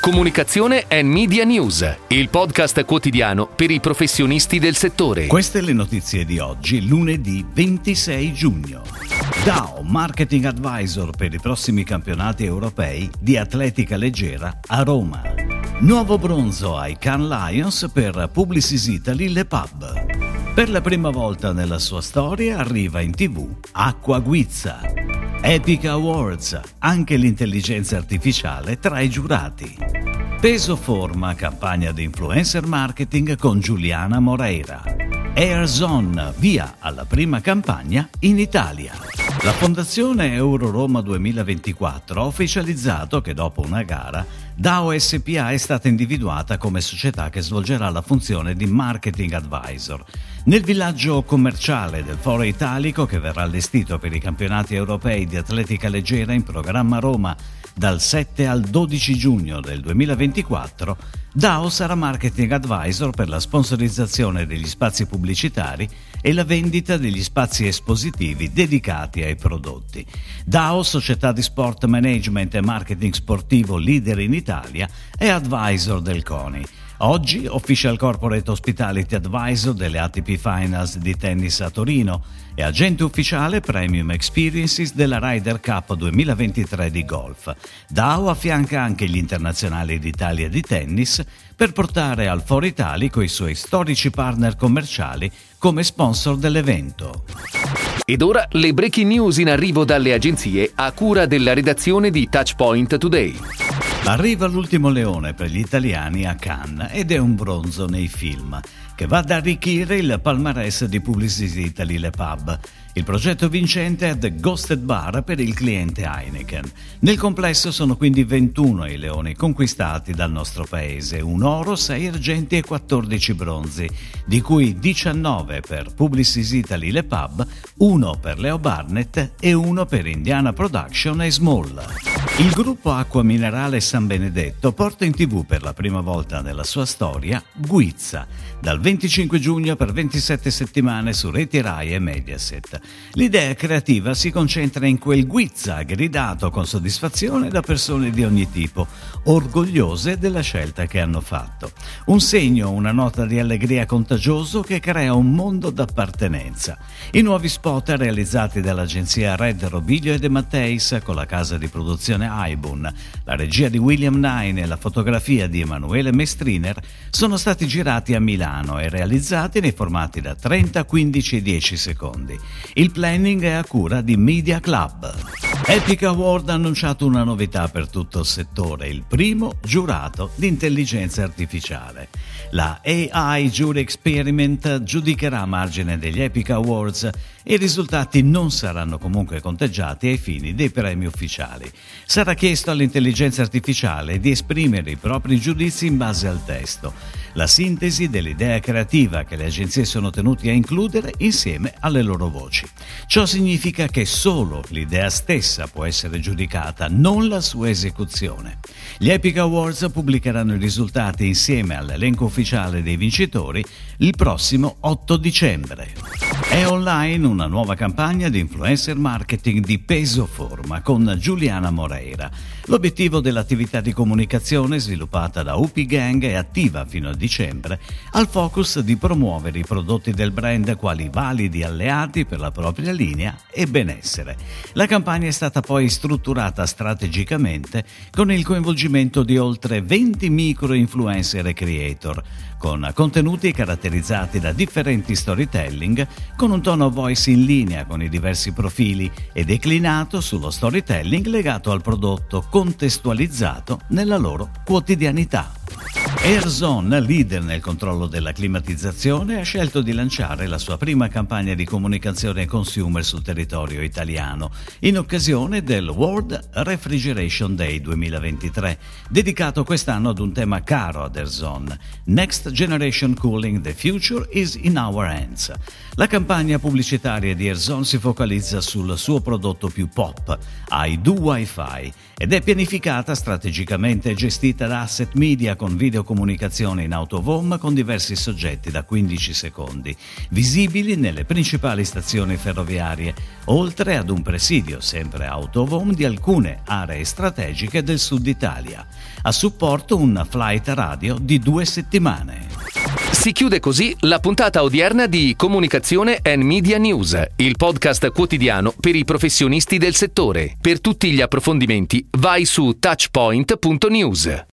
Comunicazione and Media News, il podcast quotidiano per i professionisti del settore. Queste le notizie di oggi, lunedì 26 giugno. Dow, Marketing Advisor per i prossimi campionati europei di atletica leggera a Roma. Nuovo bronzo ai Cannes Lions per Publicis Italy Le Pub. Per la prima volta nella sua storia arriva in TV Acqua Guizza. Epic Awards, anche l'intelligenza artificiale tra i giurati. Peso Forma, campagna di influencer marketing con Giuliana Moreira. Airzone, via alla prima campagna in Italia. La Fondazione Euro Roma 2024 ha ufficializzato che dopo una gara Dow SpA è stata individuata come società che svolgerà la funzione di marketing advisor. Nel villaggio commerciale del Foro Italico, che verrà allestito per i campionati europei di atletica leggera in programma a Roma dal 7 al 12 giugno del 2024, Dow sarà marketing advisor per la sponsorizzazione degli spazi pubblicitari e la vendita degli spazi espositivi dedicati ai prodotti. Dow, società di sport management e marketing sportivo leader in Italia, è advisor del CONI. Oggi Official Corporate Hospitality Advisor delle ATP Finals di tennis a Torino e agente ufficiale Premium Experiences della Ryder Cup 2023 di golf. Dow affianca anche gli internazionali d'Italia di tennis per portare al Foro Italico i suoi storici partner commerciali come sponsor dell'evento. Ed ora le breaking news in arrivo dalle agenzie a cura della redazione di Touchpoint Today. Arriva l'ultimo leone per gli italiani a Cannes ed è un bronzo nei film, che va ad arricchire il palmarès di Publicis Italy Le Pub. Il progetto vincente è The Ghosted Bar per il cliente Heineken. Nel complesso sono quindi 21 i leoni conquistati dal nostro paese, un oro, 6 argenti e 14 bronzi, di cui 19 per Publicis Italy Le Pub, 1 per Leo Burnett e 1 per Indiana Production e Small. Il gruppo acqua minerale San Benedetto porta in TV per la prima volta nella sua storia Guizza, dal 25 giugno per 27 settimane su Reti Rai e Mediaset. L'idea creativa si concentra in quel Guizza gridato con soddisfazione da persone di ogni tipo, orgogliose della scelta che hanno fatto. Un segno, una nota di allegria contagioso che crea un mondo d'appartenenza. I nuovi spot realizzati dall'agenzia Red Robiglio e De Matteis con la casa di produzione Aibun, la regia di William Nine e la fotografia di Emanuele Mestriner sono stati girati a Milano e realizzati nei formati da 30, 15 e 10 secondi. Il planning è a cura di Media Club. Epic Award ha annunciato una novità per tutto il settore, il primo giurato di intelligenza artificiale. La AI Jury Experiment giudicherà a margine degli Epic Awards e i risultati non saranno comunque conteggiati ai fini dei premi ufficiali. Sarà chiesto all'intelligenza artificiale di esprimere i propri giudizi in base al testo, la sintesi dell'idea creativa che le agenzie sono tenuti a includere insieme alle loro voci. Ciò significa che solo l'idea stessa può essere giudicata, non la sua esecuzione. Gli Epic Awards pubblicheranno i risultati insieme all'elenco ufficiale dei vincitori il prossimo 8 dicembre. È online una nuova campagna di influencer marketing di Peso Forma con Giuliana Moreira. L'obiettivo dell'attività di comunicazione sviluppata da UP Gang è attiva fino a dicembre, al focus di promuovere i prodotti del brand quali validi alleati per la propria linea e benessere. La campagna è stata poi strutturata strategicamente con il coinvolgimento di oltre 20 micro-influencer e creator, con contenuti caratterizzati da differenti storytelling, con un tono voice in linea con i diversi profili e declinato sullo storytelling legato al prodotto, contestualizzato nella loro quotidianità. Airzone, leader nel controllo della climatizzazione, ha scelto di lanciare la sua prima campagna di comunicazione consumer sul territorio italiano, in occasione del World Refrigeration Day 2023, dedicato quest'anno ad un tema caro ad Airzone: Next Generation Cooling, the future is in our hands. La campagna pubblicitaria di Airzone si focalizza sul suo prodotto più pop, iDo Wi-Fi, ed è pianificata strategicamente e gestita da Asset Media con videocomunicazione in out of home con diversi soggetti da 15 secondi, visibili nelle principali stazioni ferroviarie, oltre ad un presidio sempre out of home di alcune aree strategiche del sud Italia. a supporto un flight radio di 2 settimane. Si chiude così la puntata odierna di Comunicazione and Media News, il podcast quotidiano per i professionisti del settore. Per tutti gli approfondimenti vai su touchpoint.news.